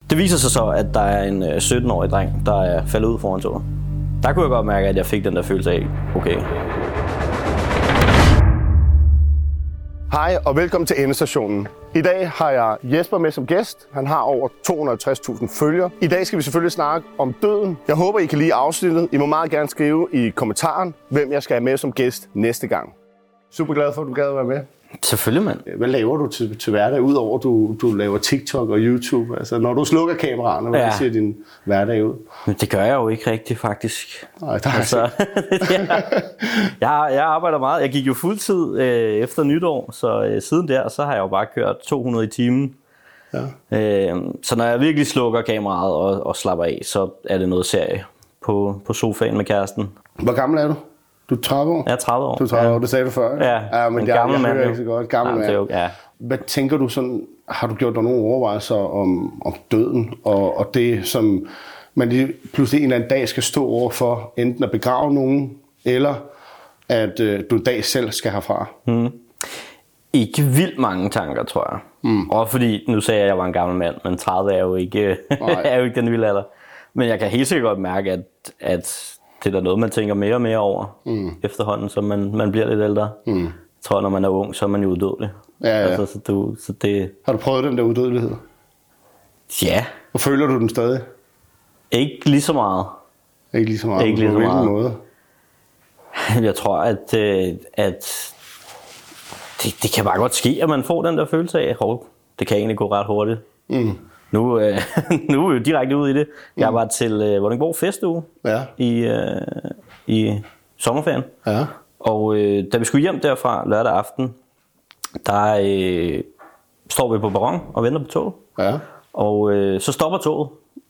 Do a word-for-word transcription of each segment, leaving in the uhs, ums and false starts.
Det viser sig så, at der er en sytten-årig dreng, der er faldet ud foran toget. Der kunne jeg godt mærke, at jeg fik den der følelse af, okay. Hej og velkommen til Endestationen. I dag har jeg Jesper med som gæst. Han har over to hundrede og halvtreds tusind følgere. I dag skal vi selvfølgelig snakke om døden. Jeg håber, I kan lide afsnittet. I må meget gerne skrive i kommentaren, hvem jeg skal have med som gæst næste gang. Super glad for, at du gad at være med. Selvfølgelig, mand. Hvad laver du til, til hverdag, udover at du, du laver TikTok og YouTube? Altså, når du slukker kameraerne, hvordan ja. ser din hverdag ud? Men det gør jeg jo ikke rigtigt, faktisk. Nej, der er altså, jeg, jeg, jeg arbejder meget. Jeg gik jo fuldtid øh, efter nytår, så øh, siden der, så har jeg jo bare kørt to hundrede i timen. Ja. Øh, så når jeg virkelig slukker kameraet og, og slapper af, så er det noget serie på, på sofaen med kæresten. Hvor gammel er du? Du er tredive år? Jeg er tredive år. Du er tredive ja. år, det sagde du før. Ja, ja men en jeg, gammel jeg mand. hører ikke så godt. Gammel ja, mand. Jo, ja. Hvad tænker du sådan, har du gjort dig nogle overvejelser om, om døden, og, og det som man lige pludselig en eller anden dag skal stå over for, enten at begrave nogen, eller at øh, du en dag selv skal herfra? Mm. Ikke vildt mange tanker, tror jeg. Mm. Og fordi, nu sagde jeg, at jeg var en gammel mand, men tredive er jo ikke, er jo ikke den vilde alder. Men jeg kan helt sikkert godt mærke, at, at det er der noget, man tænker mere og mere over mm. efterhånden, så man, man bliver lidt ældre. Mm. Jeg tror, når man er ung, så er man jo udødelig. Ja, ja. Altså, så du, så det... Har du prøvet den der udødelighed? Ja. Og føler du den stadig? Ikke lige så meget. Ikke lige så meget? Ikke lige så meget. Måde? Jeg tror, at, at det, det kan bare godt ske, at man får den der følelse af, at det kan egentlig gå ret hurtigt. Mm. Nu, øh, nu er vi jo direkte ude i det. Jeg var til øh, Vordingborg Festuge ja. i, øh, i sommerferien. Ja. Og øh, da vi skulle hjem derfra lørdag aften, der øh, står vi på perron og venter på toget. Ja. Og øh, så stopper toget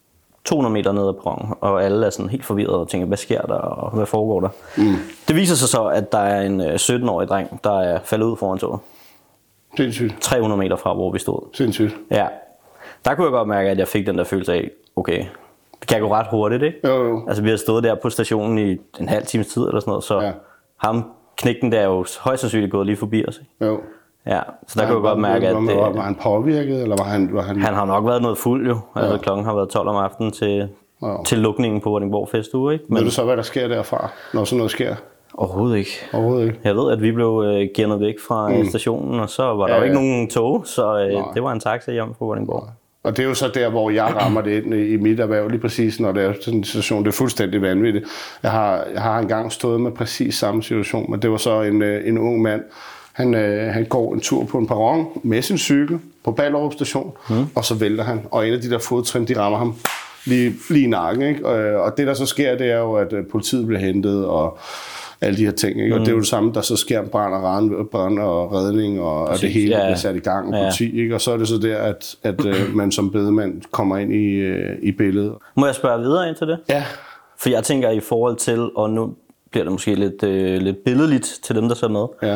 to hundrede meter ned ad perronen, og alle er sådan helt forvirrede og tænker, hvad sker der, og hvad foregår der? Mm. Det viser sig så, at der er en sytten-årig dreng, der er faldet ud foran toget. Sindssygt. tre hundrede meter fra, hvor vi stod. Sindssygt. Ja. Der kunne jeg godt mærke, at jeg fik den der følelse af, okay, det kan gå ret hurtigt, ikke? Jo, jo. Altså, vi har stået der på stationen i en halv times tid eller sådan noget, så ja. ham, knægten der, er jo højst sandsynligt gået lige forbi os, ikke? Jo. Ja, så der kunne jeg godt mærke, at... Var, var, var han påvirket, eller var han... Var han... han har nok været noget fuld, jo. Altså, ja. klokken har været tolv om aftenen til, ja. til lukningen på Vordingborg Festuge, ikke? Men... Ved du så, hvad der sker derfra, når sådan noget sker? Overhovedet ikke. Overhovedet ikke. Jeg ved, at vi blev øh, gennet væk fra mm. stationen, og så var der ja, jo ikke ja. nogen tog, så øh, det var en taxa hjem fra Vordingborg. Nej. Og det er jo så der, hvor jeg rammer det ind i mit erhverv, lige præcis, når det er sådan en situation. Det er fuldstændig vanvittigt. Jeg har, jeg har engang stået med præcis samme situation, men det var så en, en ung mand. Han, øh, han går en tur på en perron med sin cykel på Ballerup station, mm. og så vælter han. Og en af de der fodtrin, de rammer ham lige, lige i nakken. Ikke? Og, og det, der så sker, det er jo, at politiet bliver hentet, og alle de her ting. Ikke? Og mm. det er jo det samme, der så sker brand og, brand og redning, og, og det hele ja. bliver sat i gang, og politi. Ja. Ikke? Og så er det så der, at, at uh, man som bedemand kommer ind i, uh, i billedet. Må jeg spørge videre ind til det? Ja. For jeg tænker i forhold til, og nu bliver det måske lidt, øh, lidt billedligt til dem, der ser med. Ja.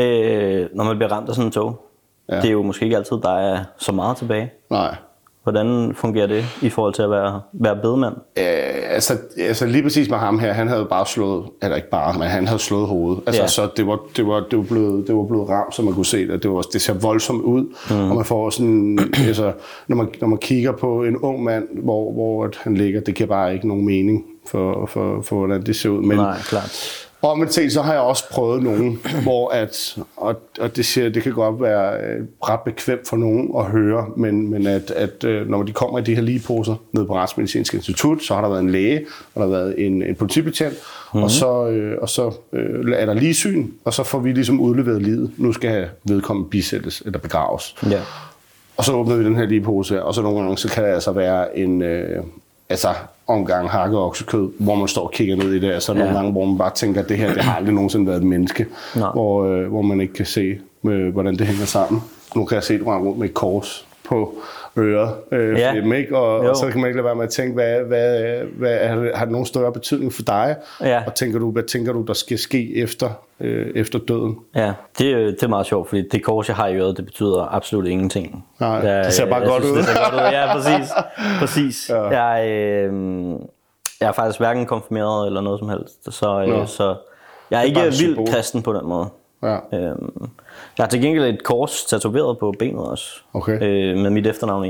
Øh, når man bliver ramt af sådan en tog, ja. det er jo måske ikke altid, der er så meget tilbage. Nej. Hvordan fungerer det i forhold til at være, være bedemand? Øh, altså, altså lige præcis med ham her, han havde bare slået, eller ikke bare, men han havde slået hovedet. Altså, ja. så det var, det, var, det, var blevet, det var blevet ramt, så man kunne se det. Det, var, det ser voldsomt ud, mm. og man får sådan, altså, når man, når man kigger på en ung mand, hvor, hvor han ligger, det giver bare ikke nogen mening for, for, for hvordan det ser ud. Men, Nej, klart. Og med til, så har jeg også prøvet nogen, hvor at, og, og det, siger, det kan godt være ret bekvemt for nogen at høre, men, men at, at når de kommer i de her ligeposer ned på Retsmedicinsk Institut, så har der været en læge, og der har været en, en politibetjent, mm-hmm. og så, øh, og så øh, er der ligesyn, og så får vi ligesom udleveret livet. Nu skal vedkommende bisættes eller begraves. Ja. Og så åbner vi den her ligepose her, og så nogle gange så kan det altså være en... Øh, altså omgang hakke og oksekød, hvor man står og kigger ned i det, altså ja. nogle gange, hvor man bare tænker, at det her, det har aldrig nogensinde været et menneske, hvor, øh, hvor man ikke kan se, øh, hvordan det hænger sammen. Nu kan jeg se, at du har rundt med et kors på øret, øh, ja. dem, ikke? Og, og så kan man ikke lade være med at tænke, hvad, hvad, hvad, har det nogen større betydning for dig? Ja. Og tænker du, hvad tænker du, der skal ske efter, øh, efter døden? Ja, det, det er meget sjovt, fordi det kors, jeg har i øret, det betyder absolut ingenting. Nej, der, det ser bare godt synes, ud. Det ser godt ud. Ja, præcis. præcis. Ja. Jeg, øh, jeg er faktisk hverken konfirmeret eller noget som helst, så, øh, så jeg er, er ikke vildt kristen på den måde. Ja. Øhm, jeg har til gengæld et kors tatoveret på benet også, okay. øh, med mit efternavn i.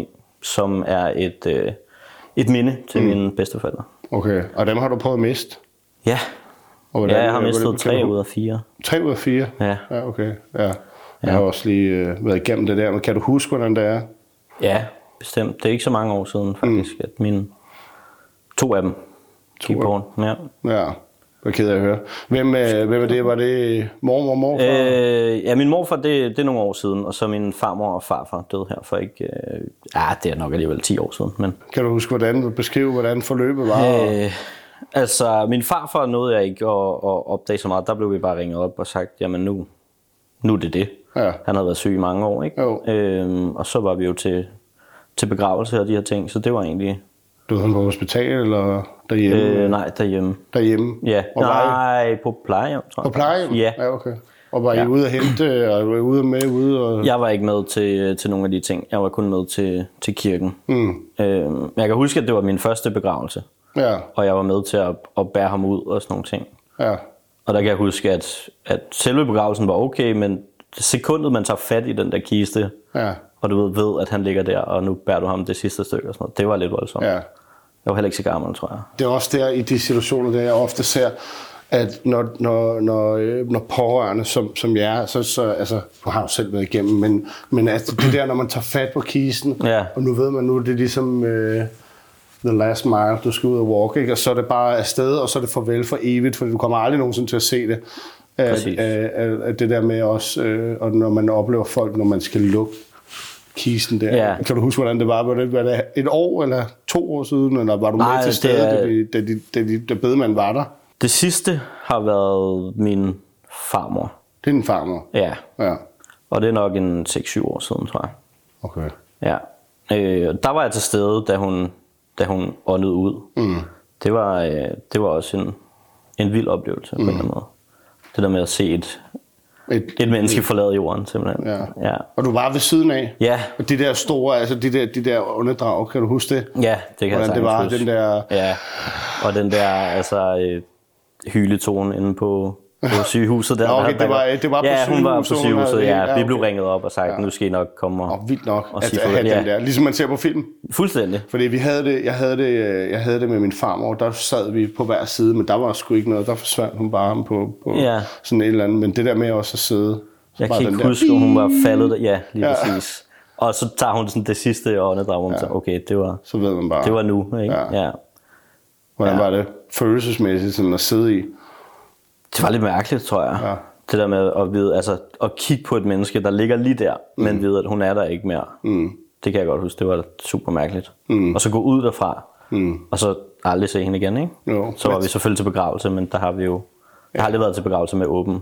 som er et, øh, et minde til mm. mine bedsteforældre. Okay, og dem har du prøvet at miste? Ja, og hvordan, ja jeg har mistet hvordan, tre ud af fire. Tre ud af fire? Ja. Ja, okay. Ja. Jeg ja. har også lige øh, været igennem det der, men kan du huske, hvordan det er? Ja, bestemt. Det er ikke så mange år siden faktisk, mm. at mine to af dem gik på. Ja. Ja. Jeg er ked af at høre. Hvem, øh, hvem er det? Var det mormor og morfar? Øh, ja, min morfar, det, det er nogle år siden, og så min farmor og farfar døde her for ikke... Øh, ja, det er nok alligevel ti år siden, men... Kan du huske, hvordan beskrive, hvordan forløbet var? Øh, altså, min farfar nåede jeg ikke at, at opdage så meget. Der blev vi bare ringet op og sagt, jamen nu, nu er det det. Ja. Han havde været syg i mange år, ikke? Øh, og så var vi jo til, til begravelse og de her ting, så det var egentlig... Du var på hospital eller derhjemme? Øh, nej, derhjemme. Derhjemme? Ja, og nej, I... på plejehjem, tror jeg. På plejehjem? Ja. Ja, okay. Og var I ja. ude at hente, og var I ude med ude? Og... Jeg var ikke med til, til nogle af de ting. Jeg var kun med til, til kirken. Mm. Øh, men jeg kan huske, at det var min første begravelse. Ja. Og jeg var med til at, at bære ham ud og sådan nogle ting. Ja. Og der kan jeg huske, at, at selve begravelsen var okay, men sekundet man tager fat i den der kiste, ja. og du ved, ved, at han ligger der, og nu bærer du ham det sidste stykke og sådan noget, det var lidt voldsomt. Ja. Jeg var heller ikke så gammel, tror jeg. Det er også der i de situationer, der jeg ofte ser, at når, når, når, når pårørende, som, som jeg er, så, så altså, du har jo selv været igennem, men, men altså, det der, når man tager fat på kisten, ja. og nu ved man nu, det er ligesom uh, the last mile, du skal ud og walk, ikke? Og så er det bare afsted, og så er det farvel for evigt, for du kommer aldrig nogensinde til at se det. At, at, at, at det der med også, øh, og når man oplever folk, når man skal lukke kisten der. Ja. Kan du huske, hvordan det var? Var det, var det et år eller to år siden, eller var du med Nej, til stede, er... da, da, da, da, da bedemanden var der? Det sidste har været min farmor. Det er din farmor? Ja. ja. Og det er nok en seks syv år siden, tror jeg. Okay. Ja. Øh, der var jeg til stede, da hun, da hun åndede ud. Mm. Det, var, øh, det var også en, en vild oplevelse, mm. på en eller anden måde. Det der med at se et, et, et menneske et, forlade jorden, simpelthen. Ja. Ja. Og du var ved siden af? Ja. Og de der store, altså de der, de der underdrag, kan du huske det? Ja, det kan Hvordan jeg det var, huske. Den der... Ja, og den der, altså, øh, hyletone inde på, på sygehuset. Der, ja, okay, der, det var, det var på ja, sygehuset. hun var på sygehuset, ja. ja okay. Vi blev ringet op og sagt, ja. nu skal I nok komme og... Og vildt nok, og at have ja. den der, ligesom man ser på film. Fuldstændig. Fordi vi havde det, jeg, havde det, jeg havde det med min farmor, der sad vi på hver side, men der var sgu ikke noget, der forsvandt hun bare på, på ja. sådan et eller andet. Men det der med også at sidde... Jeg kan ikke huske, at hun var faldet der. Ja, lige ja. præcis. Og så tager hun sådan det sidste åndedrag, hvor man ja. okay, det var, så ved man bare. Det var nu, ikke? Ja. ja. Hvordan ja. var det følelsesmæssigt sådan at sidde i? Det var lidt mærkeligt, tror jeg. Ja. Det der med at vide, altså at kigge på et menneske, der ligger lige der, mm. men ved, at hun er der ikke mere. Mm. Det kan jeg godt huske, det var super mærkeligt. Mm. Og så gå ud derfra, mm. og så aldrig se hende igen, ikke? Jo, så var vi selvfølgelig til begravelse, men der har vi jo... Jeg har aldrig været til begravelse med åben.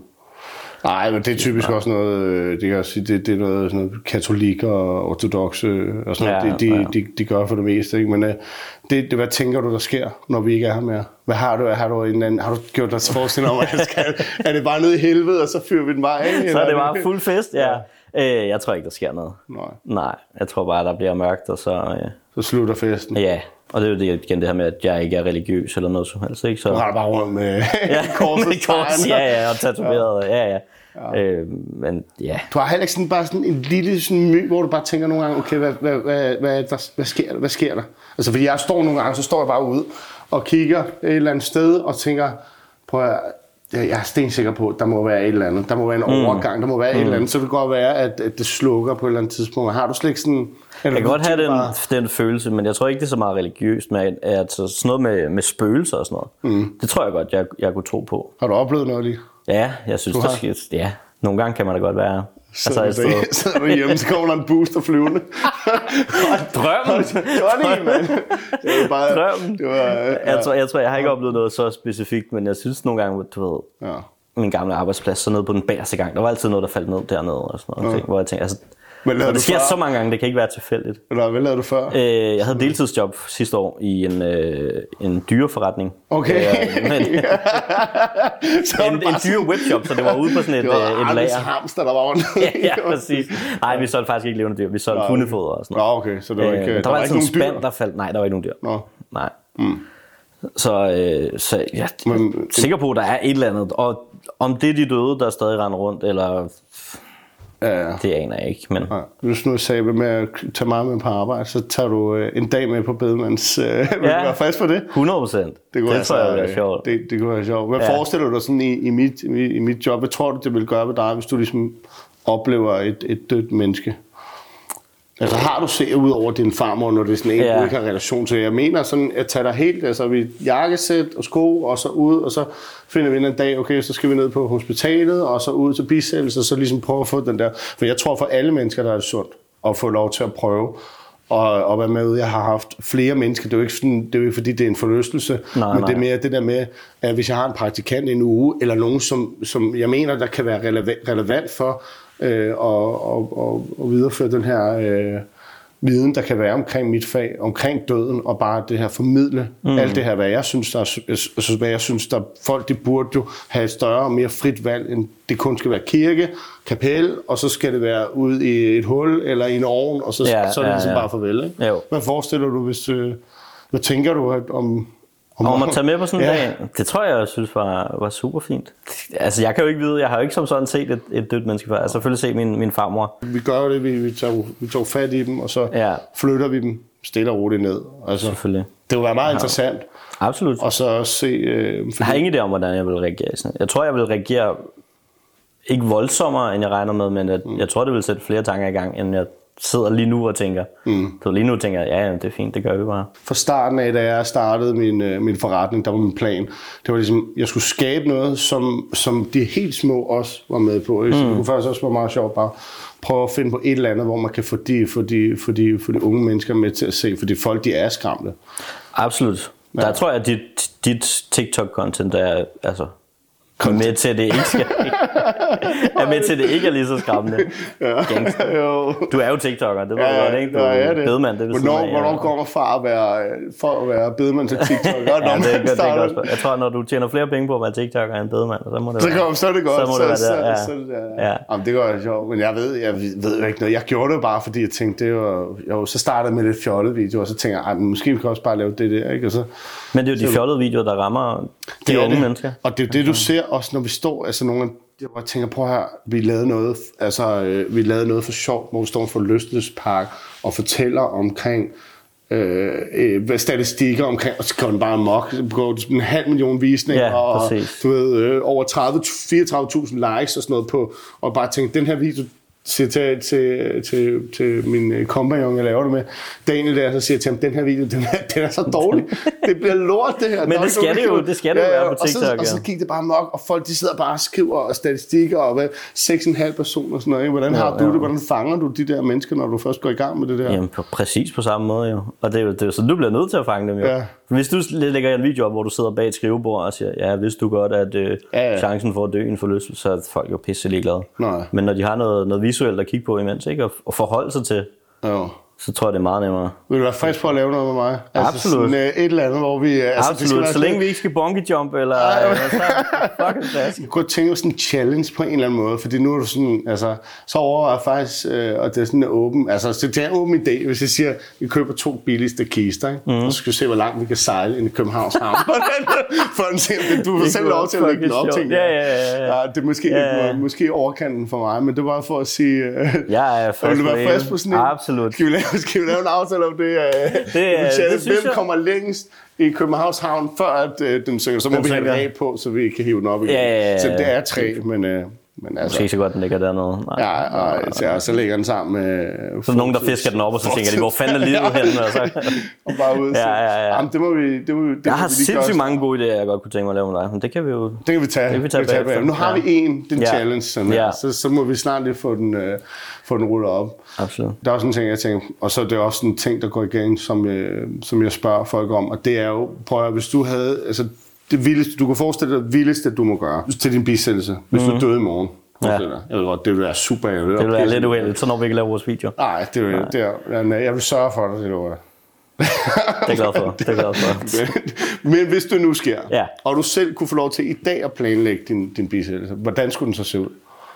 Nej, men det er typisk ja. også noget, det kan jeg sige, det, det er noget, sådan noget katolik og ortodoxe og sådan noget, ja, de, de, ja. de, de gør for det meste, ikke? Men det, det, hvad tænker du, der sker, når vi ikke er her mere? Hvad har du, har du, en anden, har du gjort dig til forestilling om, at skal, er det bare nede i helvede, og så fyrer vi den vej, ikke? Så er det bare fuld fest, ja. ja. Øh, jeg tror ikke, der sker noget. Nej. Nej, jeg tror bare, der bliver mørkt, og så... Øh... Så slutter festen. Ja, og det er jo det, igen det her med, at jeg ikke er religiøs eller noget som helst, ikke? Så... Du har bare rundt med ja, korsets kors, ja, ja, og tatoveret, ja, ja. ja. Øh, men ja. Du har heller ikke sådan bare sådan en lille sådan my, hvor du bare tænker nogle gange, okay, hvad, hvad, hvad, hvad, der, hvad, sker, der? hvad sker der? Altså, fordi jeg står nogle gange, så står jeg bare ude og kigger et eller andet sted og tænker, prøv at, jeg er stensikker på, at der må være et eller andet. Der må være en mm. overgang, der må være mm. et eller andet. Så det kan godt være, at, at det slukker på et eller andet tidspunkt. Har du slet ikke sådan... Jeg kan godt have den, bare... den følelse, men jeg tror ikke, det er så meget religiøst med, at sådan noget med, med spøgelser og sådan noget. Mm. Det tror jeg godt, jeg, jeg kunne tro på. Har du oplevet noget lige? Ja, jeg synes, det sker. Ja, nogle gange kan man da godt være... Så altså, du, så er du hjemme, så kommer der en booster flyvende. Drømmen! Johnny, mand! Det var bare... Drømmen! Det var, ja. jeg, tror, jeg tror, jeg har ikke oplevet noget så specifikt, men jeg synes nogle gange, du ved... Ja. Min gamle arbejdsplads, så nede på den bagerste gang, der var altid noget, der faldt ned dernede og sådan noget. Ja. Ting, hvor jeg tænkte, altså... Men det sker før? Så mange gange, det kan ikke være tilfældigt. Eller hvad lavede du før? Øh, jeg havde deltidsjob sidste år i en, øh, en dyreforretning. Okay. Øh, men, en en dyre webshop, så det var ude på sådan et, det var et lager. Hamster, der var ja, ja, præcis. Nej, vi solgte faktisk ikke levende dyr. Vi solgte hundefoder og sådan noget. Nå, okay. Så det var ikke, øh, der, der var var altid ikke en spand, dyr? der faldt. Nej, der var ikke nogen dyr. Nå. Nej. Mm. Så, øh, så jeg er men, sikker på, at der er et eller andet. Og om det er de døde, der stadig render rundt, eller... Ja, ja. Det aner jeg ikke, men... Ja. Hvis nu sagde med at tage mig med på arbejde, så tager du øh, en dag med på Bedemands... Øh, vil ja. du være frisk på det? hundrede procent. Det, kunne det tror jeg være sjovt. Det, det kunne være sjovt. Hvad ja. forestiller du dig sådan i, i, mit, i, i mit job? Hvad tror du, det vil gøre ved dig, hvis du ligesom oplever et, et dødt menneske? Altså har du set ud over din farmor, når det er sådan en, ja. du ikke har relation til? Jeg mener sådan, at tage dig helt, altså vi jakkesæt og sko, og så ud, og så finder vi en dag, okay, så skal vi ned på hospitalet, og så ud til bisættelse, og så ligesom prøve at få den der. For jeg tror for alle mennesker, der er det sundt, at få lov til at prøve, og, og være med. Jeg har haft flere mennesker, det er jo ikke, sådan, det er jo ikke fordi, det er en forlystelse, nej, men nej. Det er mere det der med, at hvis jeg har en praktikant i en uge, eller nogen, som, som jeg mener, der kan være relevant, relevant for, Øh, og, og, og, og videreføre den her øh, viden, der kan være omkring mit fag, omkring døden, og bare det her formidle, mm. alt det her, hvad jeg synes, der er, hvad jeg synes, der folk, de burde jo have et større og mere frit valg, end det kun skal være kirke, kapel, og så skal det være ude i et hul, eller i en ovn, og så, ja, så er det ja, ligesom ja. bare farvel, ikke? Hvad forestiller du, hvis, øh, hvad tænker du at, om... Om, om at tage med på sådan en ja. dag, det tror jeg, jeg synes var, var super fint. Altså, jeg kan jo ikke vide, jeg har jo ikke som sådan set et, et dødt menneske før. Jeg har selvfølgelig set min, min farmor. Vi gør det, vi, vi, tager, vi tager fat i dem, og så ja. flytter vi dem stille og roligt ned. Altså, selvfølgelig. Det vil være meget interessant. Absolut. Og så også se... Øh, fordi... Jeg har ingen idé om, hvordan jeg vil reagere. Jeg tror, jeg vil reagere ikke voldsommere, end jeg regner med, men jeg, mm. jeg tror, det vil sætte flere tanker i gang, end jeg sidder lige nu og tænker. Mm. Så lige nu tænker jeg, ja, ja, det er fint, det gør vi bare. Fra starten af, da jeg startede min, øh, min forretning, der var min plan. Det var ligesom, jeg skulle skabe noget, som, som de helt små også var med på. Mm. Så det kunne faktisk også være meget sjovt bare prøve at finde på et eller andet, hvor man kan få de, for de, for de, for de unge mennesker med til at se, fordi folk, de er skræmte. Absolut. Ja. Der tror jeg, at dit, dit TikTok-content er, altså... er med til det ikke skal er med til det ikke er lige så skræmmende. Ja. Du er jo TikToker, det ved ja, du godt, ikke? Du er ja, bedemand, det vil hvornår, hvornår kommer far at være, for at være bedemand til TikToker? ja, det, det, det er godt. Jeg tror, når du tjener flere penge på at være TikToker end bedemand, så må det være. Så, kom, så er det godt. Så må så, det være så, der. Ja. Så, så, ja. Jamen, det går jo sjovt, men jeg ved, jeg ved jo ikke noget. Jeg gjorde det bare, fordi jeg tænkte, det var, jo, så startede med lidt fjollede videoer, og så tænkte jeg, måske vi kan også bare lave det der, ikke? Og så, men det er jo de fjollede videoer, der rammer de unge mennesker. Og det er det, du ser også, når vi står, altså nogle af jeg bare tænker på her, vi lavede noget, altså øh, vi lavede noget for sjovt, hvor vi står for forlystelsespark og fortæller omkring øh, øh, statistikker omkring, og så går den bare amok, det går en halv million visninger, ja, og du ved, øh, over tredive til fireogtredive tusind likes og sådan noget på, og bare tænke, den her video siger til, til, til, til min kompagnon, jeg laver det med, Daniel der, så siger jeg til ham, den her video, den er, den er så dårlig. Det bliver lort, det her. Men det skal det jo, det skal det jo være på TikTok. Og så, og så gik det bare mok, og folk de sidder bare og skriver statistikker, og hvad, seks komma fem personer og sådan noget. Ikke? Hvordan har ja, du det? Hvordan fanger du de der mennesker, når du først går i gang med det der? Jamen, på, præcis på samme måde jo. Og det er jo, det er jo så du bliver nødt til at fange dem jo. Ja. Hvis du lægger en video op, hvor du sidder bag et skrivebord og siger, ja, vidste du godt, at øh, ja, ja. chancen for at dø i en forlystelse, så er folk jo pisse ligeglade. Nej. Men når de har noget, noget visuelt at kigge på imens, ikke? Og, og forholde sig til, jo. Så tror jeg, det er meget nemmere. Vil du være frisk på at lave noget med mig? Altså absolut. Sådan, et eller andet, hvor vi... Altså, absolut, så længe vi ikke skal bungee jump, eller... eller så fucking fast. Jeg kunne tænke mig sådan en challenge på en eller anden måde, fordi nu er du sådan... Altså, så overvejer jeg faktisk, øh, og det er sådan en åben... Altså, det er en åben idé, hvis jeg siger, at vi køber to billigste kister, ikke? Mm. Og så skal vi se, hvor langt vi kan sejle ind i Københavns Havn. For en ting, du får selv lov til at lægge den op, tænker jeg. Ja, ja, ja. Ja, det er måske, ja, ja. måske overkanten for mig, men det var for at sige... Øh, jeg er frisk på, frisk på sådan en. Absolut. Skal vi lave, skal vi lave en aftale om det? Øh, det, er, det hvem jeg... kommer længst i Københavns Havn, før at øh, den synger? Så må den vi have en rag på, så vi kan hive den op igen. Ja, ja, ja. Så det er tre, men... Øh, Men altså, måske ikke så godt, den ligger dernede. Nej. Ja, og, og, så, og så ligger den sammen med... Så nogen, der fisker den op, og så tænker de, hvor fanden er livet henne? Og, så. og bare ud. Ja, ja, ja. Jamen, det må vi... Det må, det jeg har sindssygt mange gode idéer, jeg godt kunne tænke mig at lave med dig. Men det kan vi jo... Det kan vi tage. Det kan vi tage, tage bag. Nu har ja. vi en, den ja. challenge, sådan ja. så, så må vi snart lige få den, uh, få den rullet op. Absolut. Der er også en ting, jeg tænker, og så er det også en ting, der går igen, som, uh, som jeg spørger folk om, og det er jo, prøv at, hvis du havde... Altså, det vildeste, du kan forestille dig det vildeste, du må gøre til din bisættelse, hvis mm. du døde i morgen. Ja. Jeg ved godt, det vil være super. Jeg det vil være lidt uheldigt, så når vi ikke laver vores video. Nej, det vil, det er, jeg vil sørge for dig, det lover jeg. Det er glad for. Det er glad for. men, men hvis det nu sker, ja. og du selv kunne få lov til i dag at planlægge din, din bisættelse, hvordan skulle den så se ud?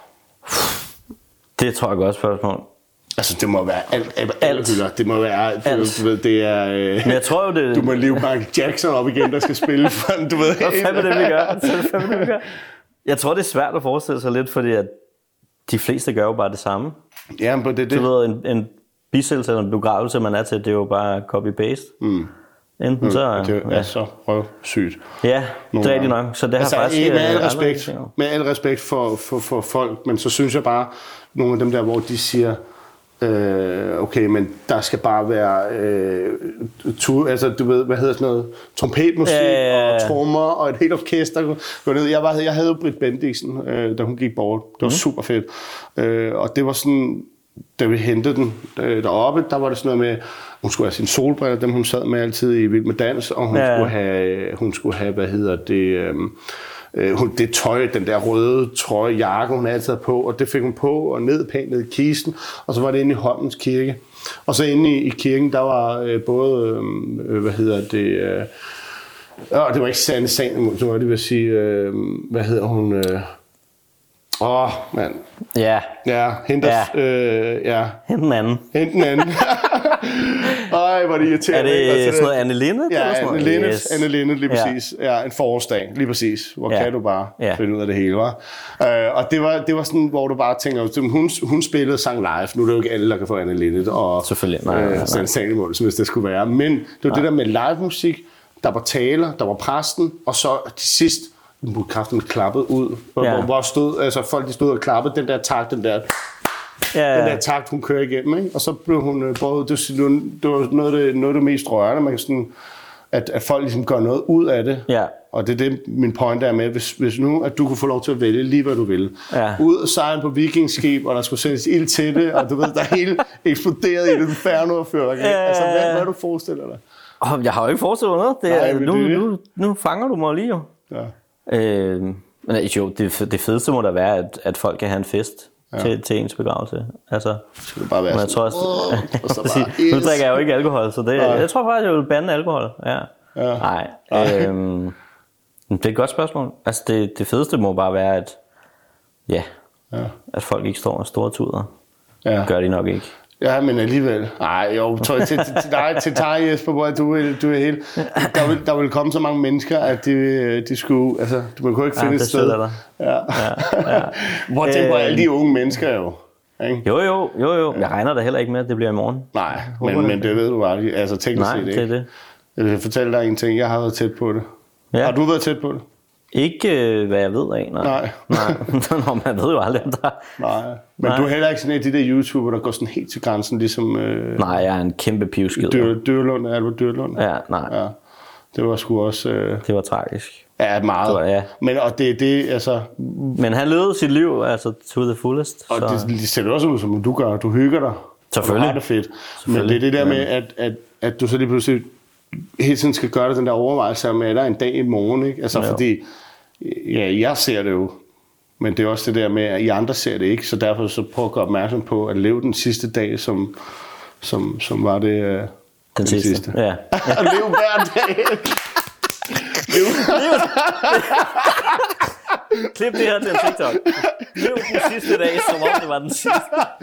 Det tror jeg er et godt spørgsmål. Altså, det må være alt. alt. alt. Det må være alt. Du ved, det er... Øh, men jeg tror jo, det... Du må leve Michael Jackson op igen, der skal spille for en, du ved... Hvad fanden er det, vi gør? Hvad fanden det, vi gør? Jeg tror, det er svært at forestille sig lidt, fordi at de fleste gør jo bare det samme. Ja, men det er det. Du ved, en, en bisættelse eller en begravelse, man er til, det er jo bare copy-paste. Mm. Enten så... Det er ja. så røvsygt. Ja, det er rigtigt nok. Så det har altså, faktisk... Med al respekt, med al respekt for, for, for folk, men så synes jeg bare, nogle af dem der, hvor de siger... Øh, okay, men der skal bare være øh, tu, altså du ved, hvad hedder sådan noget, trompetmusik øh. og trommer og et helt orkester gå ned. Jeg, var, jeg havde jo Britt Bendiksen, øh, da hun gik bort. Det var mm. super fedt. Øh, og det var sådan, da vi hentede den øh, deroppe, der var det sådan noget med, hun skulle have sine solbriller, dem hun sad med altid i Vild med Dans, og hun, ja. skulle, have, hun skulle have, hvad hedder det... Øh, Hun, det tøj, den der røde trøje, jakke, hun altid havde på, og det fik hun på, og ned pænt ned i kisten, og så var det inde i Holmens Kirke. Og så inde i, i kirken, der var øh, både, øh, hvad hedder det, øh, øh, det var ikke Sanne Sand, så var det, vil sige, øh, hvad hedder hun, øh, åh, oh, mand. Ja. Ja, hente ja. Øh, ja. Hente den anden. Hente den anden. Ej, hvor det irriterende. Er det altså, sådan noget Anne Linnet? Ja, Anne Linnet, yes. Anne Linnet, lige præcis. Ja. ja, en forårsdag, lige præcis. Hvor ja. kan du bare ja. finde ud af det hele, var. Uh, og det var, det var sådan, hvor du bare tænker, hun, hun spillede sang live. Nu er det jo ikke alle, der kan få Anne Linnet og selvfølgelig, nej, nej, nej. Sanne Sand, hvis det skulle være. Men det var nej. det der med live musik, der var taler, der var præsten, og så til sidst, den blev kraften klappet ud, hvor, ja. hvor stod, altså folk de stod og klappede den der takt, den der, ja, ja. den der takt, hun kører igennem, ikke? Og så blev hun både, det, det var noget af det, noget af det mest rørende, man kan sådan, at, at folk ligesom gør noget ud af det, ja. og det er det, min point er med, hvis, hvis nu, at du kunne få lov til at vælge lige, hvad du vil. Ja. Ud og sejle på vikingskib, og der skulle sættes ild til det, og du ved, der hele eksploderet i det inferno og fyrværkeri. Ja. Altså, hvad, hvad du forestiller dig? Oh, jeg har jo ikke forestillet noget. Det er, Nej, nu, det. Nu, nu fanger du mig lige jo. Ja. Øh, men jo, det, det fedeste må da være, at, at folk kan have en fest ja. til, til ens begravelse. Altså, det skal bare være jeg tror også, oh, og så bare nu drikker jeg jo ikke alkohol, så det, jeg tror faktisk, jeg vil bande alkohol. Ja. Ja. Nej. Øhm, det er et godt spørgsmål. Altså, det, det fedeste må bare være, at ja, ja. at folk ikke står og store tuder. Ja. Gør de nok ikke. Ja, men alligevel. Nej, jo, tror jeg, til, til, til dig, til dig, Jesper, hvor du, du er helt... Der vil, der vil komme så mange mennesker, at de, de skulle... Altså, du kunne ikke finde ja, et sted. Ja, ja, ja. Hvor tænker på alle de unge mennesker jo. Ikke? Jo, jo, jo, jo. Jeg regner da heller ikke med, at det bliver i morgen. Nej, men, men det ved du bare. Altså, teknisk set ikke. Nej, det er det. Jeg vil fortælle dig en ting. Jeg har været tæt på det. Ja. Har du været tæt på det? Ikke hvad jeg ved af, nej. Nej. nej. Nå, man ved jo aldrig, om der... Nej, men nej. Du er heller ikke sådan en af de der YouTuber, der går sådan helt til grænsen, ligesom... Øh... Nej, jeg er en kæmpe pivskid. Dør, Dørlund, er du Dørlund? Ja, nej. Ja. Det var sgu også... Øh... Det var tragisk. Ja, meget. Det var, ja. Men, og det, det, altså... Men han levede sit liv, altså, to the fullest. Og så... det, det ser også ud, som du gør. Du hygger dig. Selvfølgelig. Og du har det fedt. Men det er det der med, at, at, at du så lige pludselig hele tiden skal gøre det, den der overvejelse med, at der er en dag i morgen, ikke? Altså, jo. Fordi... Ja, jeg ser det jo, men det er også det der med, at I andre ser det ikke, så derfor så prøv at gøre opmærksom på at leve den sidste dag, som, som, som var det uh, den, den sidste. sidste. Ja. Lev hver dag. Lev. Klip det her til en TikTok. Lev den sidste dag, som om det var den sidste.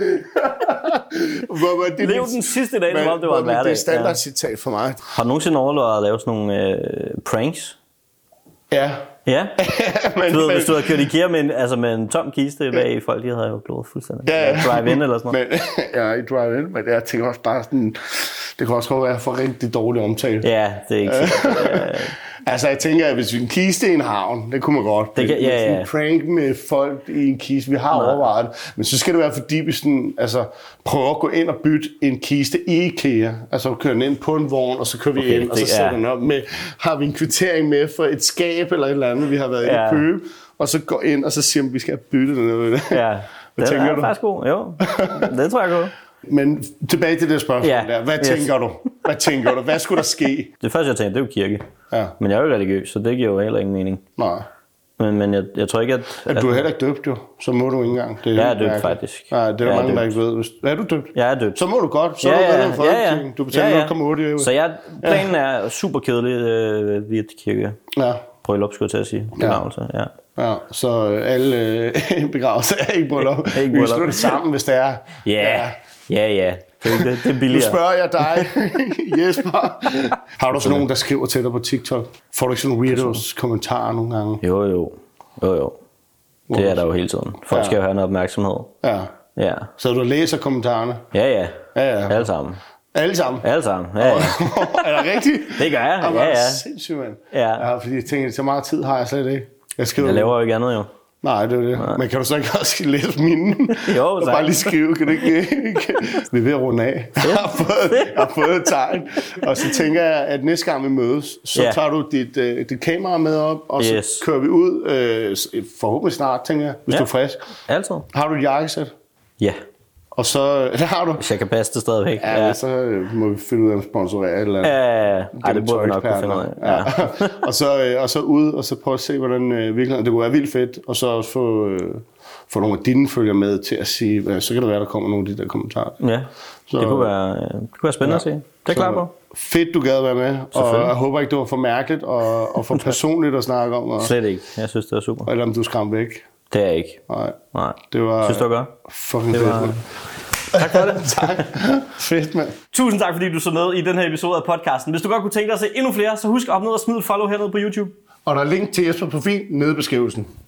det Lev den sidste dag, som om det var en hverdag. Det er standardcitat for mig. Har du nogensinde overvejet at lave sådan nogle øh, pranks? Ja. Ja? men, du ved, men, hvis du havde kørt Ikea med en, altså med en tom kiste bag i folk, de havde jo blået fuldstændig. Ja, ja. Drive-in eller sådan noget. Men, ja, i drive-in, men jeg tænker også bare sådan, det kan også godt være for rigtig dårlig omtale. Ja, det er ikke sikkert. Altså, jeg tænker, at hvis vi en kiste i en havn, det kunne man godt. Det kan, ja, ja. En prank med folk i en kiste, vi har Nej. overvejet det. Men så skal det være, fordi vi sådan, altså, prøver at gå ind og bytte en kiste i IKEA. Altså, kører den ind på en vogn, og så kører vi okay, ind, og så sætter den op med, har vi en kvittering med for et skab eller et eller andet, vi har været ja. inde i købe, og så går ind, og så siger vi, at vi skal bytte den. Ja, Hvad det er du? Faktisk god. Jo, det tror jeg godt. Men tilbage til det spørgsmål ja. der. Hvad yes. tænker du? Hvad tænker du? Hvad skulle der ske? Det første, jeg tænkte, det er jo kirke. Ja. Men jeg er jo religiøs, så det giver jo heller ingen mening. Nej. Men, men jeg, jeg tror ikke, at... at du er heller ikke døbt jo, så må du ikke engang. Det er jeg er døbt faktisk. Nej, det er jeg mange, er der ikke ved. Hvis, er du døbt? Jeg er døbt. Så må du godt. Så ja, er du ja, ved for ja, ja. Du betaler ja, ja. nul komma otte. Så jeg, planen er super kedelig øh, via kirke. Ja. Bryllup, skulle jeg til at sige. Begravelse, ja. ja. Ja, så alle øh, begravelser er ikke bryllup. Vi slår det sammen, hvis det er. Ja, ja, ja. Det, det, det er billigere. Nu spørger jeg dig, Jesper. Har du sådan nogen, der skriver til dig på TikTok? Får du ikke sådan nogle weirdos kommentarer nogle gange? Jo, jo. Jo, jo. Det er der jo hele tiden. Folk ja. skal jo have noget opmærksomhed. Ja. Ja. Så du læser kommentarerne? Ja, ja. Ja, ja. Alle sammen. Alle sammen? Alle sammen, ja, ja. Er det rigtigt? Det gør jeg, Jamen, ja, ja. Sindssygt, mand. Ja. Ja, fordi jeg tænker, så meget tid har jeg slet ikke. Jeg, skriver... jeg laver jo ikke andet, jo. Nej, det er det. Nej. Men kan du så ikke også læse mine? Jo, og bare lige skrive, kan du ikke? Vi er ved at runde af. Jeg har fået, jeg har fået et tegn. Og så tænker jeg, at næste gang vi mødes, så yeah. tager du dit, uh, dit kamera med op, og så yes. kører vi ud, uh, forhåbentlig snart, tænker jeg, hvis yeah. du er frisk. Altid. Har du et jakkesæt? Ja. Yeah. Og så, det har du. Hvis jeg kan passe det stadigvæk. Ja, ja. Så må vi finde ud af at sponsorere et eller andet. Ja, ja. Ej, det burde vi nok kunne finde ud af. Ja. Ja. og, så, og så ud, og så prøve at se, hvordan øh, virkeligheden. Det kunne være vildt fedt, og så også få, øh, få nogle af dine følger med til at sige, øh, så kan det være, der kommer nogle af de der kommentarer. Ja, så, det, kunne være, det kunne være spændende ja. at se. Det er klar på. Fedt, du gad at være med, og jeg håber ikke, det var for mærkeligt og, og for personligt at snakke om. Og, slet ikke. Jeg synes, det var super. Eller om du skræmte væk. Det er jeg ikke. Nej. Nej. Det var, synes du, det var godt? Fucking det var... fedt, man. Tak for det. Tak. Fedt, mand. Tusind tak, fordi du så med i den her episode af podcasten. Hvis du godt kunne tænke dig at se endnu flere, så husk at op ned og smid et follow hernede på YouTube. Og der er link til Jespers profil nede i beskrivelsen.